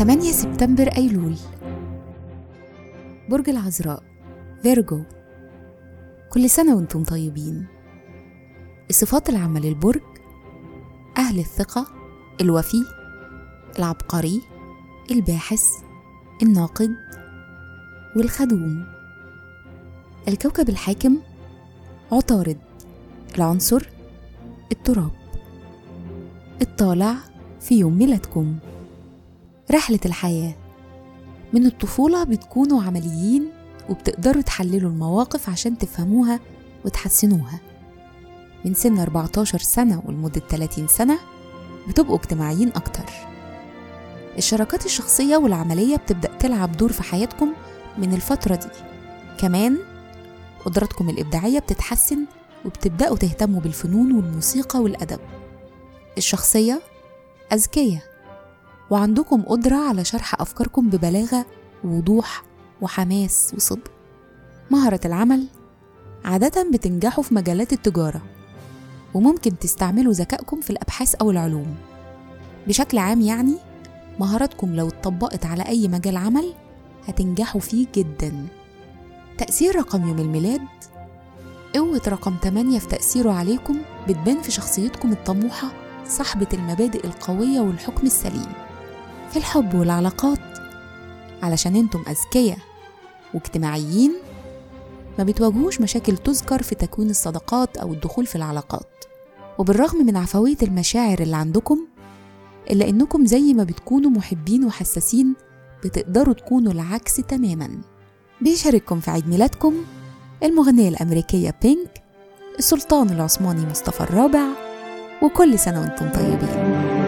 8 سبتمبر أيلول. برج العذراء فيرجو. كل سنة وانتم طيبين. الصفات العامة للبرج: أهل الثقة، الوفي، العبقري، الباحث، الناقد، والخدوم. الكوكب الحاكم: عطارد. العنصر: التراب. الطالع في يوم ميلادكم. رحلة الحياة: من الطفولة بتكونوا عمليين وبتقدروا تحللوا المواقف عشان تفهموها وتحسنوها. من سن 14 سنة ولمدة 30 سنة بتبقوا اجتماعيين أكتر. الشراكات الشخصية والعملية بتبدأ تلعب دور في حياتكم من الفترة دي. كمان قدراتكم الإبداعية بتتحسن وبتبدأوا تهتموا بالفنون والموسيقى والأدب. الشخصية: أذكياء وعندكم قدرة على شرح أفكاركم ببلاغة ووضوح وحماس وصدق. مهارة العمل: عادة بتنجحوا في مجالات التجارة وممكن تستعملوا ذكائكم في الأبحاث أو العلوم. بشكل عام يعني مهاراتكم لو اتطبقت على أي مجال عمل هتنجحوا فيه جدا. تأثير رقم يوم الميلاد: قوة رقم 8 في تأثيره عليكم بتبان في شخصيتكم الطموحة صاحبة المبادئ القوية والحكم السليم. في الحب والعلاقات، علشان انتم أذكياء واجتماعيين ما بتواجهوش مشاكل تذكر في تكوين الصداقات أو الدخول في العلاقات. وبالرغم من عفوية المشاعر اللي عندكم إلا إنكم زي ما بتكونوا محبين وحساسين بتقدروا تكونوا العكس تماما. بيشارككم في عيد ميلادكم المغنية الأمريكية بينك، السلطان العثماني مصطفى الرابع، وكل سنة وانتم طيبين.